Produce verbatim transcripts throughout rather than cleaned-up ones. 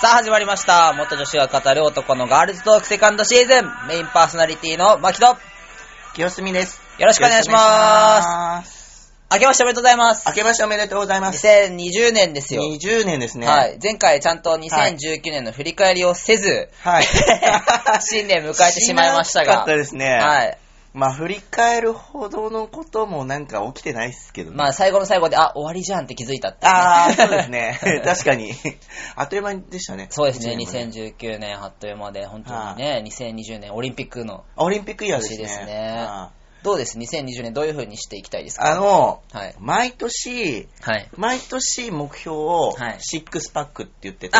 さあ始まりました。元女子が語る男のガールズトークセカンドシーズン。メインパーソナリティのマキと清澄です。 よろしくお願いします。明けましておめでとうございます。 明けましておめでとうございます。 にせんにじゅうねんですよ。 にじゅうねんですね。 はい。前回ちゃんとにせんじゅうきゅうねんの振り返りをせず、はい。新年迎えてしまいましたが。 しなかったですね。 はい。まあ振り返るほどのこともなんか起きてないですけどね。 まあ最後の最後で、あ、終わりじゃんって気づいたって、ね。 ああ、そうですね。確かに。あっという間でしたね。 そうですね。にせんじゅうきゅうねんあっという間で、本当にね、にせんにじゅうねんオリンピックの。 オリンピックイヤーですね。 ですね。どうです ?にせんにじゅうねんどういう風にしていきたいですか？ あの、 はい、 毎年、はい、毎年目標をシックスパックって言ってて、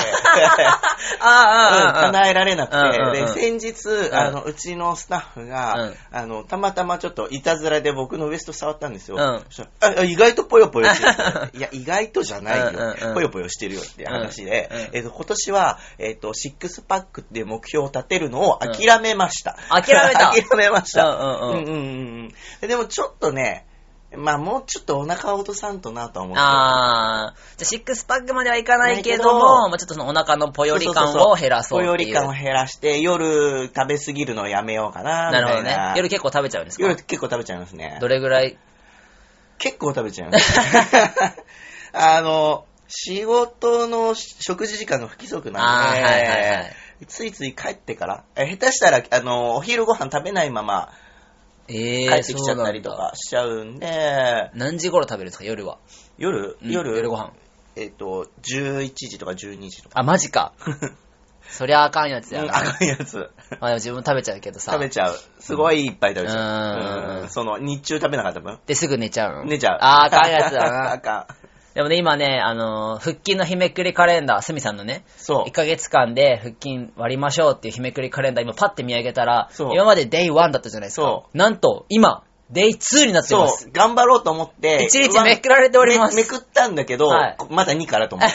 叶えられなくて、うんうんうん、で先日、うん、あのうちのスタッフが、うん、あのたまたまちょっといたずらで僕のウエスト触ったんですよ。うん、そしたらあ意外とぽよぽよしてる。いや意外とじゃないよ、うんうんうん、ぽよぽよしてるよっていう話で、うんうんえー、と今年は、えー、とシックスパックっていう目標を立てるのを諦めました。 うん、諦めた。 諦めました。 うんうんうんうんうんでもちょっとね、まあもうちょっとお腹を落とさんとなと思って。 あー、じゃあシックスパックまではいかないけども、まあ、ちょっとそのお腹のぽより感を減らそうっていう。 ぽより感を減らして、夜食べ過ぎるのをやめようかな。 なるほどね。夜結構食べちゃうんですか？ 夜結構食べちゃいますね。 どれぐらい？ 結構食べちゃいます。あの、仕事の食事時間が不規則なんで、はいはいはい、ついつい帰ってから、え下手したら、あの、お昼ご飯食べないまま、えー、帰ってきちゃったりとかしちゃうんで。 何時頃食べるんですか夜は？ 夜、うん、夜夜ご飯。 えっ、ー、と、じゅういちじとかじゅうにじとか。 あ、マジか。そりゃあかんやつやな。 うん、あかんやつ。 まあ自分食べちゃうけどさ。 食べちゃう。すごいいっぱい食べちゃう。うん。うん、その、日中食べなかった分。 で、すぐ寝ちゃうの？ 寝ちゃう。 あー、あかんやつだな。 あかん。 でもね、今ね、あのー、腹筋の日めくりカレンダー、すみさんのね、そう。いっかげつかんで腹筋割りましょうっていう日めくりカレンダー、今パッて見上げたら、今までデイワンだったじゃないですか。そう。なんと、今、デイツーになってます。 そう。頑張ろうと思って。 いちにちめくられております。 め, めくったんだけど、はい、まだにからと思って。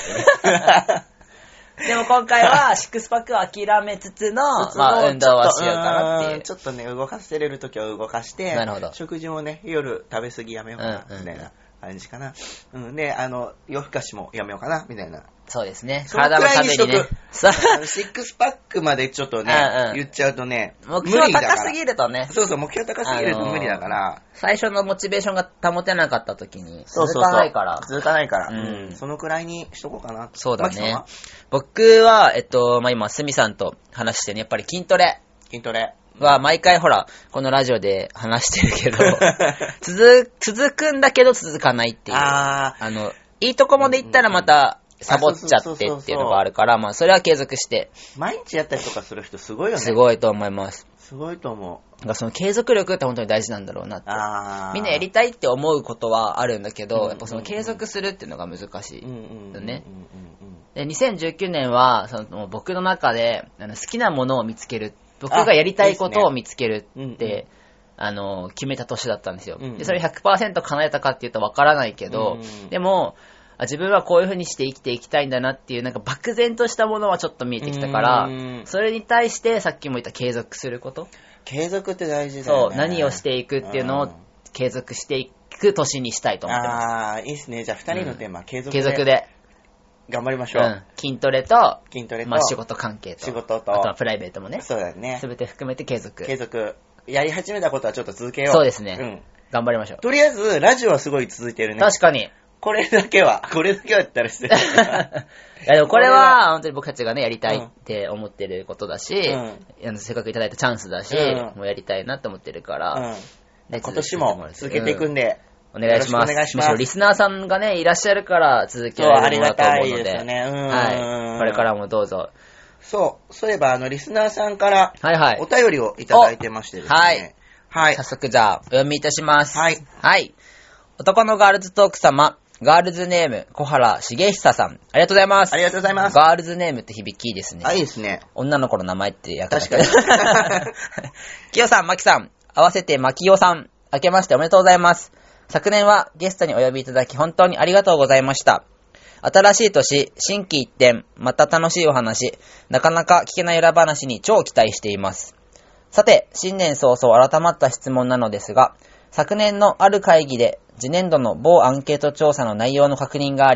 でも今回はシックスパックを諦めつつの、まあ、運動はしようかなっていう。 ちょっとね、動かせれるときは動かして、なるほど。食事もね、夜食べ過ぎやめようかな、みたいな感じかな。うん、で、あの、夜更かしもやめようかな、みたいな。 そうですね。 体のためにね。シックスパックまでちょっとね、うんうん、言っちゃうとね、 目標高すぎるとね。 そうそう、目標高すぎると無理だから。 あのー、最初のモチベーションが保てなかった時に続かないから。 そうそうそう続かないから、うん。そのくらいにしとこうかな。 そうだね。僕は、えっと、まあ、今、すみさんと話してね、やっぱり筋トレ。 筋トレ。 は、毎回ほら、このラジオで話してるけど、続、続くんだけど続かないっていう。ああの、いいとこまで行ったらまた、サボっちゃってっていうのがあるから、まあ、それは継続して。 毎日やったりとかする人すごいよね。 すごいと思います。 すごいと思う。 だからその継続力って本当に大事なんだろうなって。あみんなやりたいって思うことはあるんだけど、うんうんうん、やっぱその継続するっていうのが難しい。よね。で、にせんじゅうきゅうねんは、その僕の中で、あの好きなものを見つける。僕がやりたいことを見つけるって、いいね、あの、決めた年だったんですよ。うんうん、で、それ ひゃくパーセント 叶えたかっていうとわからないけど、うんうん、でも、自分はこういう風にして生きていきたいんだなっていう、なんか漠然としたものはちょっと見えてきたから、それに対してさっきも言った継続すること。 継続って大事だよね。 そう、何をしていくっていうのを継続していく年にしたいと思ってます。 ああ、いいっすね。じゃあ二人のテーマ、うん、継続で。継続で。 頑張りましょう。うん、 筋トレと、 筋トレと、 まあ、仕事関係と、 仕事と、 あとはプライベートもね。 そうだね。 すべて含めて継続。 継続。やり始めたことはちょっと続けよう。 そうですね。うん。頑張りましょう。 とりあえず、ラジオはすごい続いてるね。 確かに。 これだけは、これだけは言ったら失礼。 いやでもこれは、本当に僕たちがね、やりたいって思ってることだし、うん、せっかくいただいたチャンスだし、うん、もうやりたいなって思ってるから、うん、 今年も続けていくんで、 うん、お願いします。お願いします。むしろリスナーさんがね、いらっしゃるから続けられるものだと思うので、ありがたいですね。うん、はい。これからもどうぞ。 そう、そういえば、あの、リスナーさんから、はいはい。お便りをいただいてましてですね。はい。 はい。早速じゃあ、お読みいたします。はい。はい。男のガールズトーク様、ガールズネーム、小原茂久さん。ありがとうございます。 ありがとうございます。 ガールズネームって響きいいですね。 あ、いいですね。 女の子の名前って役確かに。 きよさん、まきさん、合わせてまきよさん、明けましておめでとうございます。昨年はゲストにお呼びいただき本当にありがとうございました。新しい年、心機一転、また楽しいお話、なかなか聞けない裏話に超期待しています。さて、新年早々改まった質問なのですが、昨年のある会議で次年度の某アンケート調査の内容の確認があり、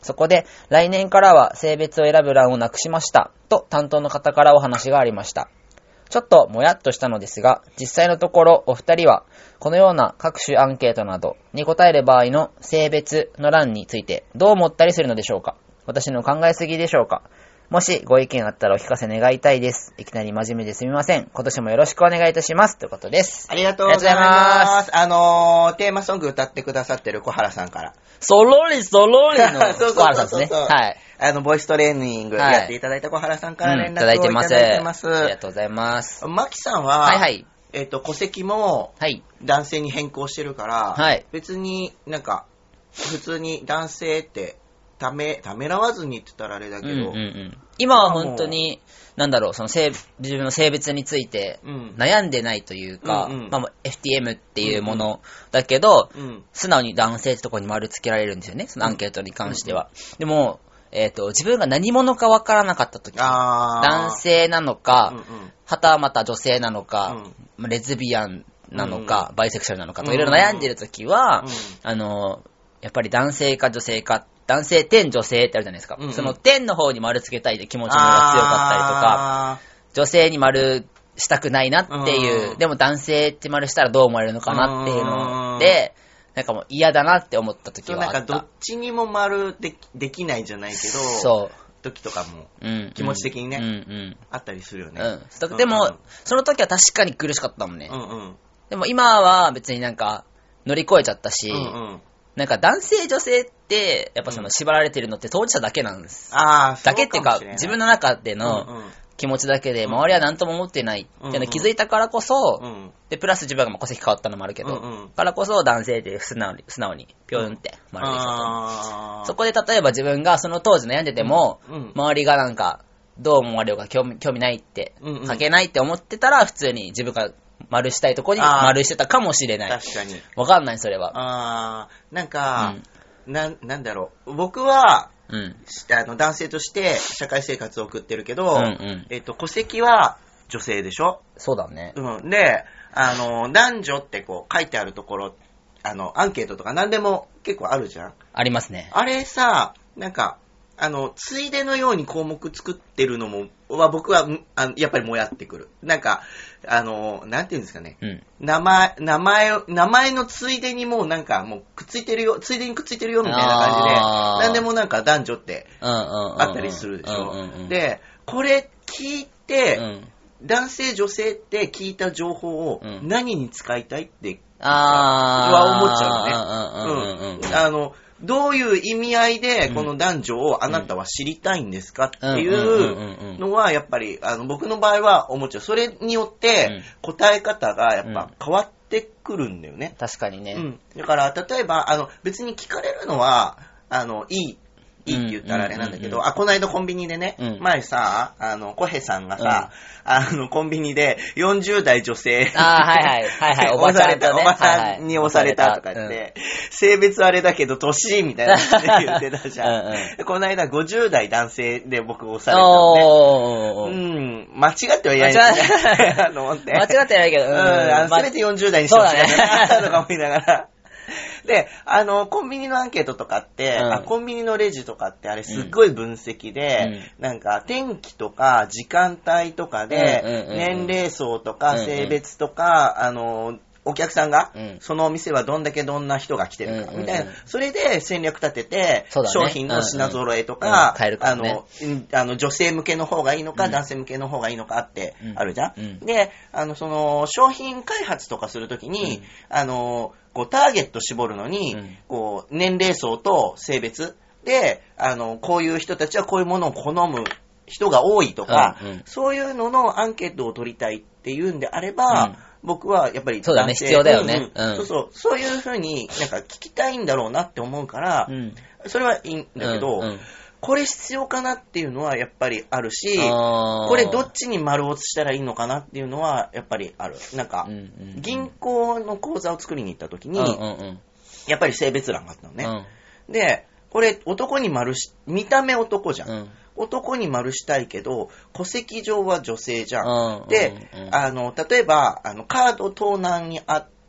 そこで、来年からは性別を選ぶ欄をなくしました。と、担当の方からお話がありました。ちょっともやっとしたのですが、実際のところお二人は、このような各種アンケートなどに答える場合の性別の欄についてどう思ったりするのでしょうか？私の考えすぎでしょうか？もしご意見あったらお聞かせ願いたいです。いきなり真面目ですみません。今年もよろしくお願いいたします。ということです。 ありがとうございます。あのー、テーマソング歌ってくださってる小原さんから。 そろりそろりの小原さんですね。はい。 あの、ボイストレーニングやっていただいた小原さんから連絡をいただいてます。 はいうん、いただいてます。ありがとうございます。 マキさんは、はいはい。えっと、戸籍も男性に変更してるから、はい、別になんか、普通に男性ってため、ためらわずにって言ったらあれだけど、うんうんうん、今は本当に、なんだろう、その性、自分の性別について悩んでないというか、うんうんまあ、エフティーエム っていうものだけど、うんうん、素直に男性ってとこに丸つけられるんですよね、そのアンケートに関しては。うんうん、でも、えっと、自分が何者かわからなかったとき、男性なのか、うんうん、はたまた女性なのか、うん、レズビアンなのか、うん、バイセクシャルなのかといろいろ悩んでるときは、うん、あの、やっぱり男性か女性か、男性点女性ってあるじゃないですか。うんうん、その点の方に丸つけたいで気持ちの方が強かったりとか、女性に丸したくないなっていう、でも男性って丸したらどう思われるのかなっていうので、なんかもう嫌だなって思った時はあった。 なんかどっちにも丸で き, できないじゃないけど、そう時とかも、うん、気持ち的にね、うんうん、あったりするよね。 うん、でも、うん、その時は確かに苦しかったもんね。うんうん、でも今は別になんか乗り越えちゃったし、うんうん、なんか男性女性ってやっぱその縛られてるのって当事者だけなんです。うん、あだけっていうか自分の中での、うんうん気持ちだけで周りは何とも思ってないっていうのを気づいたからこそ、うんうん、でプラス自分が戸籍変わったのもあるけど、うんうん、からこそ男性って素直に素直にピョンって丸できたと。そこで例えば自分がその当時悩んでても、うんうん、周りがなんかどう思われようか興味興味ないって、うんうん、書けないって思ってたら普通に自分が丸したいとこに丸してたかもしれない。 確かに。 わかんないそれは。 あなんか、うん、ななんだろう僕は。うん、あの男性として社会生活を送ってるけど、うんうんえっと、戸籍は女性でしょ？ そうだね。 うん、で、あの、男女ってこう書いてあるところ、あの、アンケートとか何でも結構あるじゃん？ ありますね。 あれさ、なんか、あの、ついでのように項目作ってるのも、は僕は、あのやっぱりもやってくる。なんか、あの、なんていうんですかね。うん、名前、名前、名前のついでにもうなんかもうくっついてるよ、ついでにくっついてるよみたいな感じで、なんでもなんか男女ってあったりするでしょ。で、これ聞いて、うん、男性女性って聞いた情報を何に使いたいっては思っちゃうね。うん。あの、どういう意味合いでこの男女をあなたは知りたいんですかっていうのはやっぱりあの僕の場合は思っちゃう。それによって答え方がやっぱ変わってくるんだよね。 確かにね。 うん。だから例えばあの別に聞かれるのはあのいいいいって言ったらあれなんだけど、うんうんうんうん、あ、この間コンビニでね、うん、前さ、あの、コヘさんがさ、うん、あの、コンビニでよんじゅう代女性、 あはいはい、はいはい、おばさん、ね、 おばさんに押されたとか言って、はいはい、性別あれだけど年みたいな言ってたじゃん。うんうん、この間ごじゅう代男性で僕押されたのね。うん、間違ってはいないですね。あの、 間違ってないけど、うん、 うん、すべてよんじゅう代にしてほしいなとか思いながら。で、あの、コンビニのアンケートとかって、うん、あコンビニのレジとかってあれすっごい分析で、うん、なんか天気とか時間帯とかで、年齢層とか性別とか、あの、お客さんが、うん、そのお店はどんだけどんな人が来てるか、みたいな、うんうんうん、それで戦略立てて、ね、商品の品揃えとか、うんうんかね、あの、あの、女性向けの方がいいのか、うん、男性向けの方がいいのかってあるじゃん、うん、で、あの、その、商品開発とかするときに、うん、あの、こう、ターゲット絞るのに、うん、こう、年齢層と性別で、あの、こういう人たちはこういうものを好む人が多いとか、うんうん、そういうののアンケートを取りたいっていうんであれば、うん僕はやっぱりそうだね、必要だよね、 うんうん。そうそう。そういうふうになんか聞きたいんだろうなって思うから、うん、それはいいんだけど、うんうん、これ必要かなっていうのはやっぱりあるし、これどっちに丸押ししたらいいのかなっていうのはやっぱりある。なんか、うんうんうん、銀行の口座を作りに行った時に、うんうんうん、やっぱり性別欄があったのね。うん、で、これ男に丸し、見た目男じゃん。うん男に丸したいけど、戸籍上は女性じゃん。うん、で、うんうん、あの、例えば、あの、カード盗難にあっ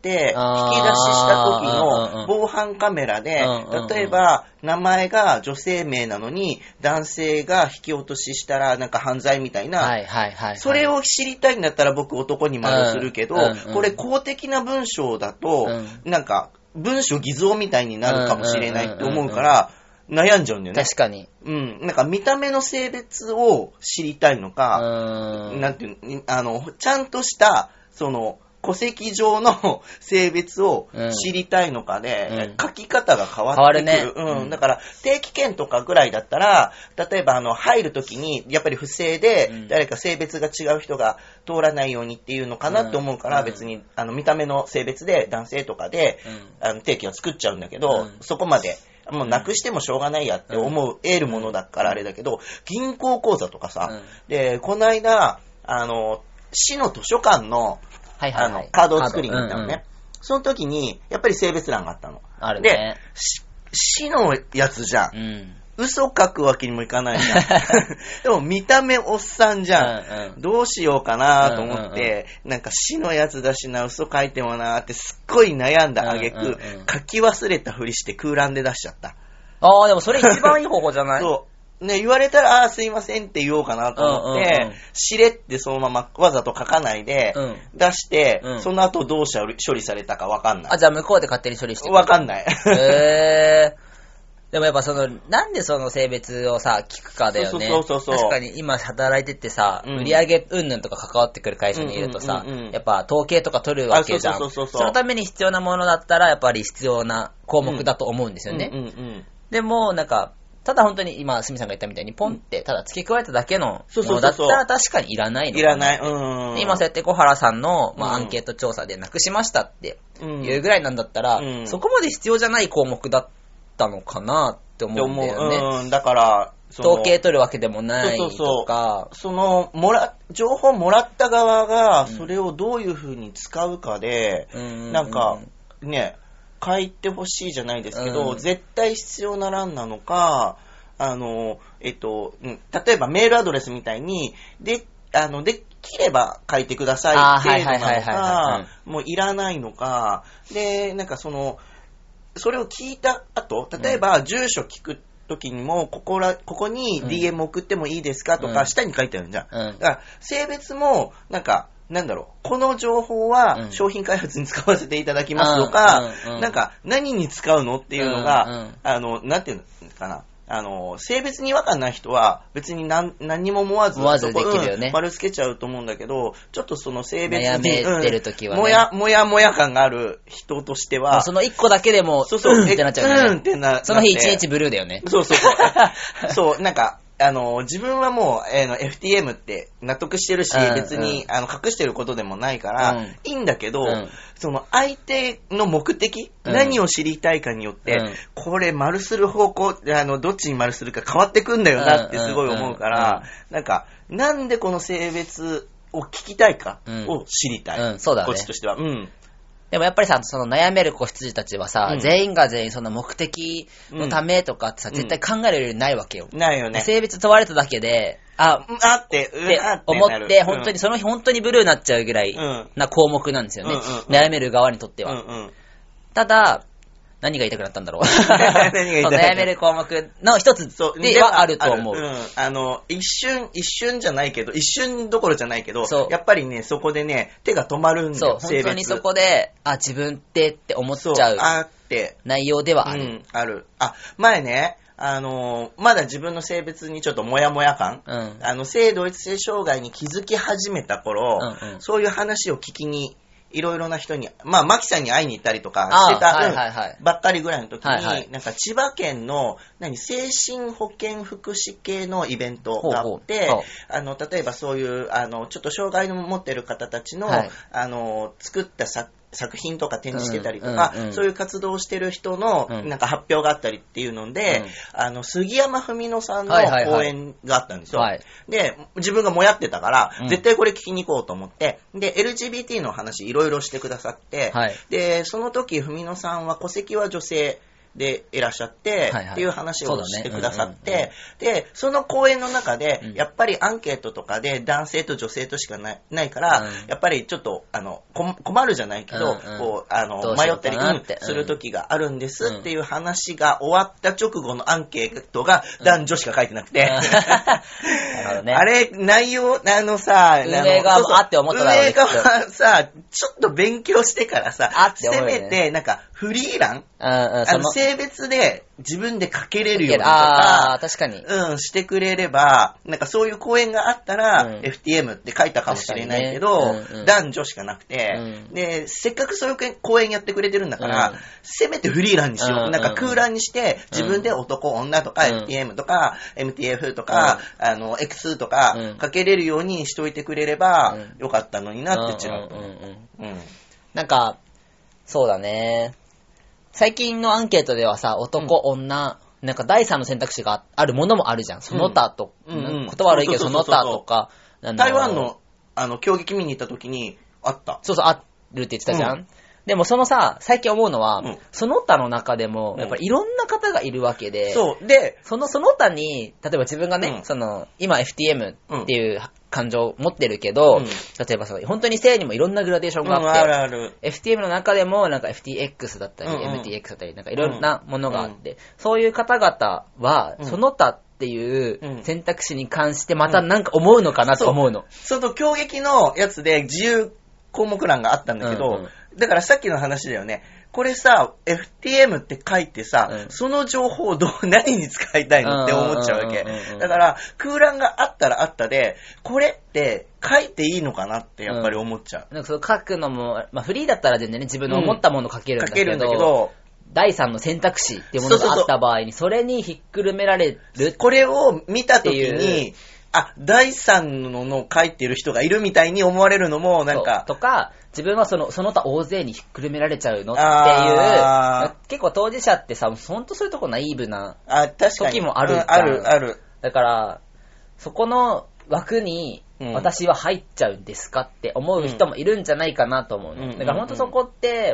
引き出しした時の防犯カメラで、例えば名前が女性名なのに男性が引き落とししたらなんか犯罪みたいな、それを知りたいんだったら僕男に丸するけど、これ公的な文章だとなんか文章偽造みたいになるかもしれないって思うから悩んじゃうんだよね。 確かに。 うん。なんか見た目の性別を知りたいのか、なんていうの、あの、ちゃんとした、その、戸籍上の性別を知りたいのかで、うん、書き方が変わってくる。変わるね。うん。だから、定期検とかぐらいだったら、例えば、あの、入るときに、やっぱり不正で、誰か性別が違う人が通らないようにっていうのかなって思うから、うん、別に、あの、見た目の性別で、男性とかで、うん、あの定期を作っちゃうんだけど、うん、そこまで、もうなくしてもしょうがないやって思う、得るものだからあれだけど、銀行口座とかさ、うん、で、この間、あの、市の図書館の、はいはいはい、あの、カードを作りに行ったのね、うんうん。その時に、やっぱり性別欄があったの。 あるね。 で、市のやつじゃん。うん、嘘書くわけにもいかないじゃん。でも見た目おっさんじゃん。うんうん、どうしようかなと思って、うんうんうん、なんか市のやつだしな、嘘書いてもなーってすっごい悩んだあげく、うんうんうん、書き忘れたふりして空欄で出しちゃった。 ああ、でもそれ一番いい方法じゃない？ そう。ね、言われたら、ああ、すいませんって言おうかなと思って、うんうんうん、しれってそのままわざと書かないで、出して、うん、その後どう処理されたかわかんない。 あ、じゃあ向こうで勝手に処理してくる？わかんない。 へー。でもやっぱその、なんでその性別をさ、聞くかだよね。 そうそうそうそう。 確かに今働いててさ、うん、売上云々とか関わってくる会社にいるとさ、うんうんうんうん、やっぱ統計とか取るわけじゃん。そうそうそうそう。そのために必要なものだったら、やっぱり必要な項目だと思うんですよね。うんうんうんうん、でも、なんか、ただ本当に今、すみさんが言ったみたいに、ポンって、ただ付け加えただけのものだったら確かにいらないのかな。 いらない。うん。 今そうやって小原さんの、まあ、アンケート調査でなくしましたっていうぐらいなんだったら、うん、そこまで必要じゃない項目だったのかなって思うんだよね。 うん、だから、 統計取るわけでもないとか。そうそうそう。その、もら、情報もらった側が、それをどういう風に使うかで、うん、なんか、ね、書いてほしいじゃないですけど、うん、絶対必要な欄なのか、あの、えっと、うん、例えばメールアドレスみたいに、で、あの、できれば書いてください程度なのか、もういらないのか、で、なんかその、それを聞いた後、例えば住所聞く時にも、ここら、ここに ディーエム 送ってもいいですかとか、うん、下に書いてあるじゃん。うん、だから、性別も、なんか、なんだろう、この情報は商品開発に使わせていただきますとか、うんうんうん、なんか何に使うのっていうのが、うんうん、あの、なんていうのかな、あの、性別に違和感ない人は別に何、何にも思わず、 思わずできるよね、 うん。丸つけちゃうと思うんだけど、ちょっとその性別に、 悩めてる時はね、 もや、もやもや感がある人としては、 その一個だけでも、 そうそう、 うんってなっちゃうよね。 うんってな、 その日一日ブルーだよね。 そうそうそう。そう、なんか、あの、自分はもう、えー、の エフティーエム って納得してるし、うん、別に、うん、あの隠してることでもないから、うん、いいんだけど、うん、その相手の目的、うん、何を知りたいかによって、うん、これ丸する方向、あの、どっちに丸するか変わってくんだよなってすごい思うから、なんか、なんでこの性別を聞きたいかを知りたい。 うんうん、そうだね。 こっちとしては。うん。 でもやっぱりさ、その悩める子羊たちはさ、うん、全員が全員その目的のためとかってさ、うん、絶対考えるよりないわけよ。 ないよね。 性別問われただけで、あ、 あって、 って思って、本当にその日本当にブルーになっちゃうぐらいな項目なんですよね。うんうんうん、悩める側にとっては。うんうん、ただ、何が言いたくなったんだろう。悩める項目の一つではあると思う。 うん、あの、一瞬、一瞬じゃないけど、一瞬どころじゃないけど、やっぱりね、そこでね、手が止まるんだよ。 そう、本当にそこで、あ、自分ってって思っちゃう内容ではある。 うん、ある。あ、前ね、あのー、まだ自分の性別にちょっとモヤモヤ感、うん、あの、性同一性障害に気づき始めた頃、うんうん、そういう話を聞きに、いろいろな人に、まあ、マキさんに会いに行ったりとかしてた、はいはいはい、ばっかりぐらいの時に、はいはい、なんか千葉県の、何、精神保健福祉系のイベントがあって、ほうほうあの、例えばそういう、あの、ちょっと障害の持ってる方たちの、はい、あの、作った作作品とか展示してたりとか、うんうんうん、そういう活動をしてる人のなんか発表があったりっていうので、うん、あの杉山文乃さんの講演があったんですよ、はいはいはい、で自分がもやってたから、うん、絶対これ聞きに行こうと思ってで エルジービーティー の話いろいろしてくださって、はい、でその時文乃さんは戸籍は女性でいらっしゃって、はいはい、っていう話をしてくださって、ねうんうんうん、で、その講演の中で、うん、やっぱりアンケートとかで男性と女性としかない、ないから、うん、やっぱりちょっと、あの、困るじゃないけど、うんうん、こう、あの、迷ったり、うん、する時があるんですっていう話が終わった直後のアンケートが男女しか書いてなくて、うん、ね、あれ、内容、あのさ、 運営側もあって思っただろうね。 運営側はさ、ちょっと勉強してからさ、あって思うよね、せめて、なんか、フリーラン、うんうん、あの性別で自分で書けれるようにとか、 あ確かに、 うん、してくれれば、なんかそういう講演があったら、うん、エフティーエム って書いたかもしれないけど、ねうんうん、男女しかなくて、うん、で、せっかくそういう講演やってくれてるんだから、うん、せめてフリーランにしよう、うん、なんか空欄にして、自分で男、うん、女とか、うん、エフティーエム とか、エムティーエフ とか、うん、あの、X とか、うん、書けれるようにしといてくれれば、うん、よかったのになってちらっと。 なんか、そうだね。最近のアンケートではさ、男、うん、女、なんか第三の選択肢があるものもあるじゃん。その他と、うんうん、言葉悪いけどその他とか。 台湾の、あの、競技見に行った時にあった。 そうそう、あるって言ってたじゃん。うん、でもそのさ、最近思うのは、うん、その他の中でも、やっぱりいろんな方がいるわけで、 そう。で、 その、その他に、例えば自分がね、うん、その、今 エフティーエム っていう感情を持ってるけど、うん、例えばその、本当に性にもいろんなグラデーションがあって、うん、あるある エフティーエム の中でも、なんか エフティーエックス だったり、うんうん、エムティーエックス だったり、なんかいろんなものがあって、うん、そういう方々は、その他っていう選択肢に関してまたなんか思うのかなと思うの。うん、 そ, その競技のやつで自由項目欄があったんだけど、うんうん、だからさっきの話だよね。これさ、エフティーエム って書いてさ、うん、その情報をどう、何に使いたいのって思っちゃうわけ。だから、空欄があったらあったで、これって書いていいのかなってやっぱり思っちゃう。 うん、なんかその書くのも、まあフリーだったら全然ね、自分の思ったもの書けるんだけど、うん、書けるんだけど、第三の選択肢っていうものがあった場合に、それにひっくるめられる。 これを見たときに、あ、第三のの書いてる人がいるみたいに思われるのも、なんか。 とか、自分はその、その他大勢にひっくるめられちゃうのっていう、結構当事者ってさ、ほんとそういうとこナイーブな時もあるじゃん。 ある、ある。 だから、そこの枠に私は入っちゃうんですかって思う人もいるんじゃないかなと思うの。だからほんとそこって、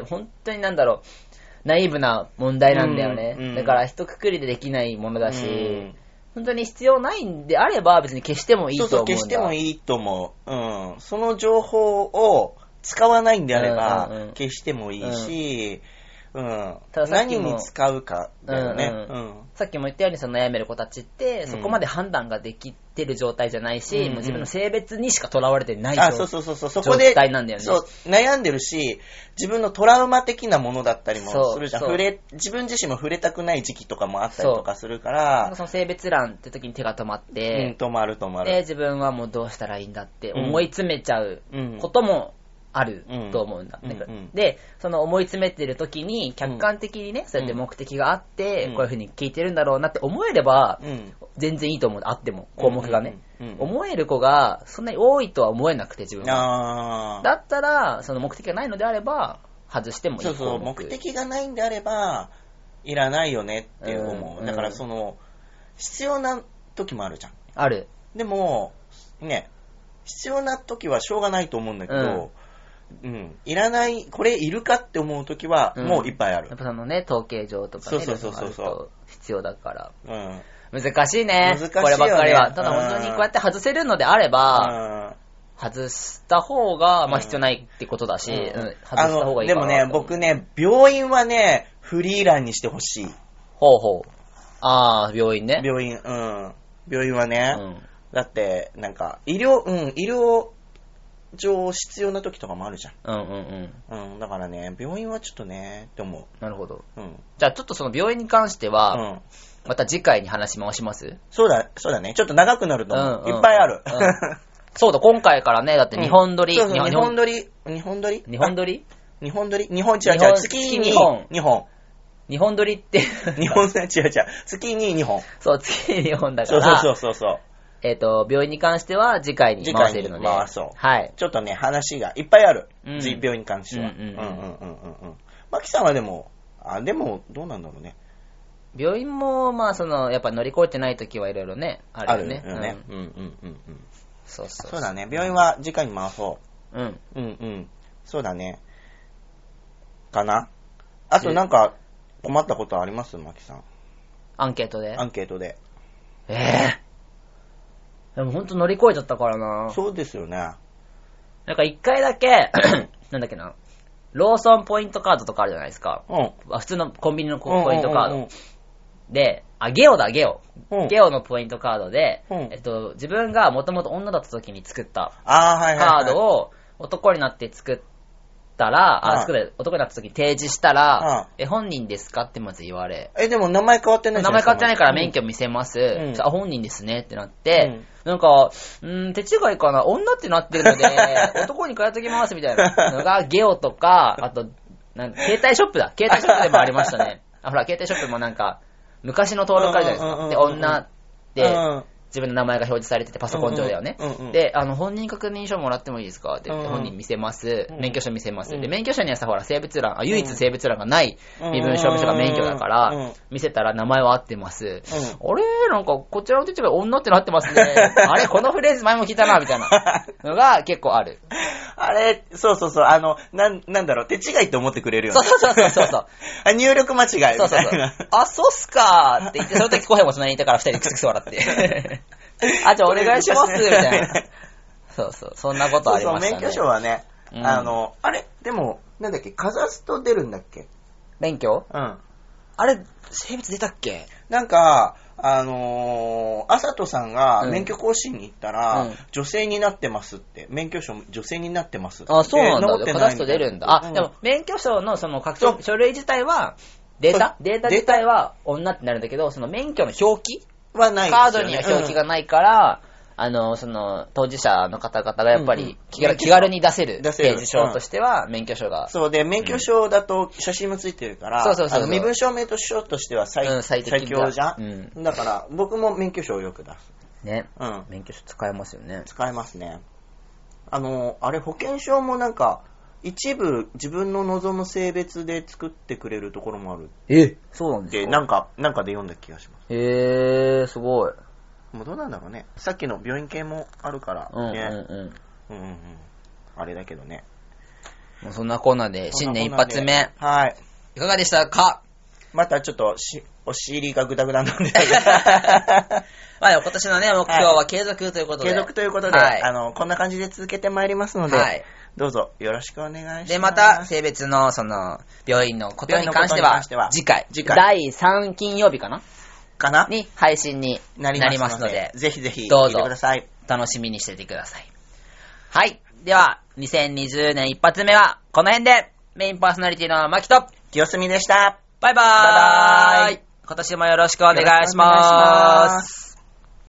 本当になんだろう、ナイーブな問題なんだよね。うんうん、だから一括りでできないものだし、うん本当に必要ないんであれば別に消してもいいと思うんだ。 そうそう、消してもいいと思う。うん。その情報を使わないんであれば、うんうんうん、消してもいいし、うん。たださっきも何に使うかだよね、うんうんうん。 さっきも言ったようにその悩める子たちって、そこまで判断ができてる状態じゃないし、うんうん、もう自分の性別にしかとらわれてない状態なんだよね。あ、そうそうそうそう。そこで、そう、 悩んでるし、自分のトラウマ的なものだったりもするじゃん。触れ、自分自身も触れたくない時期とかもあったりとかするから、 そ, その性別欄って時に手が止まって、 うん、止まる止まる。 で、自分はもうどうしたらいいんだって思い詰めちゃうことも、あると思うんだ、うんうんうん、でその思い詰めてる時に客観的にね、うん、そうやって目的があって、うん、こういう風に聞いてるんだろうなって思えれば、うん、全然いいと思うあっても項目がね、うんうんうん、思える子がそんなに多いとは思えなくて自分はだったらその目的がないのであれば外してもいい項目。 そうそう目的がないんであればいらないよねって思う、うん、だからその必要な時もあるじゃん。 ある。 でもね必要な時はしょうがないと思うんだけど、うんうん、いらない、これいるかって思うときは、もういっぱいある。うん、 やっぱそのね、統計上とかね、 そうそうそうそう。 必要だから。うん。難しいね。難しいよね。こればっかりは。ただ本当にこうやって外せるのであれば、うん、外した方が、まあ必要ないってことだし、うんうん、外した方がいいかな。 でもね、僕ね、病院はね、フリーランにしてほしい。 ほうほう。ああ、病院ね。 病院、うん。病院はね、うん、だって、なんか、医療、うん、医療、上必要な時とかもあるじゃん。うんうんうん。うん、だからね、病院はちょっとね、って思う。 なるほど。うん。じゃあちょっとその病院に関しては、うん、また次回に話し回します？ そうだ、そうだね。ちょっと長くなると思う。うんうん、いっぱいある。うん、 そうだ、今回からね、だって日本撮り。 うん、そうそう日本撮り。日本撮り日本撮り日本撮り日本、違う違う。月ににほん。にほん。 日本撮りって。 日本、違う違う。月ににほん。 そう、月ににほんだから。 そうそうそうそう。 えっ、ー、と、病院に関しては次回に回せるので。 回そう。 はい。 ちょっとね、話がいっぱいある。うん、病院に関しては。うんうんうんうんうん。マキさんはでも、あ、でも、どうなんだろうね。 病院も、まあ、その、やっぱ乗り越えてない時はいろいろね、あるよね。 あるよね。うん、うん、うんうんうん。 そうそう。 そうだね。病院は次回に回そう。うん。 うんうん。そうだね。かな。あとなんか、 困ったことありますマキさん？ アンケートでアンケートで。 ええー。でもほんと乗り越えちゃったからな。 そうですよね。 なんか一回だけ、なんだっけな、ローソンポイントカードとかあるじゃないですか。 うん。 普通のコンビニのポイントカード。うんうんうんうん、で、あ、ゲオだ、ゲオ。うん、ゲオのポイントカードで、うん、えっと、自分がもともと女だった時に作ったカードを男になって作ったら、あ、作る、男になった時に提示したら、え、本人ですかってまず言われ。 え、でも名前変わってないじゃん。 名前変わってないから免許見せます。うん、あ、本人ですねってなって、うん、なんか、うん、手違いかな、女ってなってるので、男に変えときますみたいなのが、ゲオとか、あと、なん携帯ショップだ。携帯ショップでもありましたね。あ、ほら、携帯ショップもなんか、昔の登録あるじゃないですか。で、女って、自分の名前が表示されてて、パソコン上だよね。で、あの、本人確認書もらってもいいですかって言って、本人見せます。免許証見せます。で、免許証にはさ、ほら、生物欄、あ、唯一生物欄がない身分証明書が免許だから、見せたら名前は合ってます。あれなんか、こちらの手違い女ってなってますね。あれこのフレーズ前も聞いたな、みたいなのが結構ある。 あれ、そうそうそう、あの、なん、なんだろう、手違いって思ってくれるよね。 そうそうそうそうそう。 あ、入力間違いみたいな。そうそうそう。 あ、そうっすかーって言って、その時コヘもそんなにいたから二人でクスクス笑って。あ、じゃあお願いしますみたいな。そうそう、そんなことありましたね。 そうそう、免許証はね、うん、あの、あれでも、なんだっけ、かざすと出るんだっけ？ 免許？ うん。 あれ、性別出たっけ？ なんか、あのー、あさとさんが免許更新に行ったら、うん、女性になってますって、免許証女性になってますって。 あ、そうなんだ。かざすと出るんだ。あ、うん、でも免許証のその書き書類自体は、データデータ自体は女ってなるんだけど、その免許の表記はないですよね。 カードには表記がないから、うん、あの、その、当事者の方々がやっぱり気軽、うんうん、気軽に出せる提示書としては、免許証が。 そうで、免許証だと写真もついてるから、 うん、そうそうそうそう、 身分証明と証としては 最,、うん、最, 最強じゃん、うん、だから、僕も免許証をよく出す。 ね。うん。免許証使えますよね。 使えますね。あの、あれ、保険証もなんか、一部自分の望む性別で作ってくれるところもある。 え、そうなんですか？ で、なんか、なんかで読んだ気がします。 へー、すごい。 もうどうなんだろうね。さっきの病院系もあるから、ね。うんうんうん。うんうんうん。あれだけどね。 もうそんなコーナーで、新年一発目。 はい。 いかがでしたか？ またちょっとし、お尻がグダグダなんで。 まあ、今年のね、目標は継続ということで。 継続ということで、はい、あの、こんな感じで続けてまいりますので、はい、どうぞよろしくお願いします。 で、また、性別の、その、病院のことに関しては、次回、次回、だいさん金曜日かなかなに配信になりますので、 ぜひぜひ、 どうぞ、楽しみにしててください。はい。では、にせんにじゅうねん一発目は、この辺で、メインパーソナリティのマキと、 清澄でした。 バイバーイ。バイバーイ。今年もよろしくお願いします。